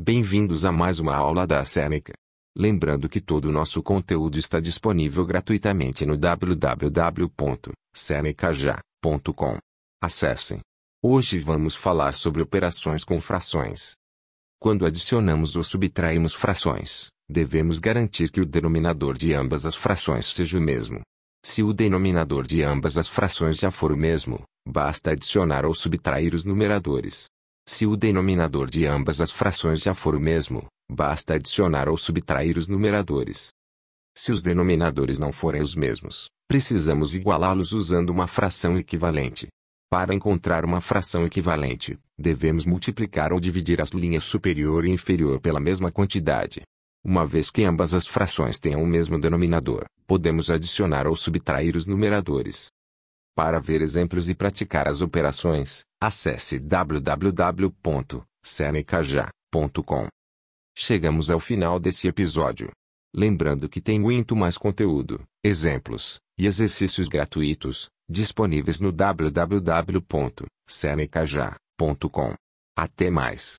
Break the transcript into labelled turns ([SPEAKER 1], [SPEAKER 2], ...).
[SPEAKER 1] Bem-vindos a mais uma aula da Seneca. Lembrando que todo o nosso conteúdo está disponível gratuitamente no www.senecaja.com. Acessem. Hoje vamos falar sobre operações com frações. Quando adicionamos ou subtraímos frações, devemos garantir que o denominador de ambas as frações seja o mesmo. Se o denominador de ambas as frações já for o mesmo, basta adicionar ou subtrair os numeradores. Se o denominador de ambas as frações já for o mesmo, basta adicionar ou subtrair os numeradores. Se os denominadores não forem os mesmos, precisamos igualá-los usando uma fração equivalente. Para encontrar uma fração equivalente, devemos multiplicar ou dividir as linhas superior e inferior pela mesma quantidade. Uma vez que ambas as frações tenham o mesmo denominador, podemos adicionar ou subtrair os numeradores. Para ver exemplos e praticar as operações, acesse www.senecaja.com. Chegamos ao final desse episódio. Lembrando que tem muito mais conteúdo, exemplos e exercícios gratuitos disponíveis no www.senecaja.com. Até mais!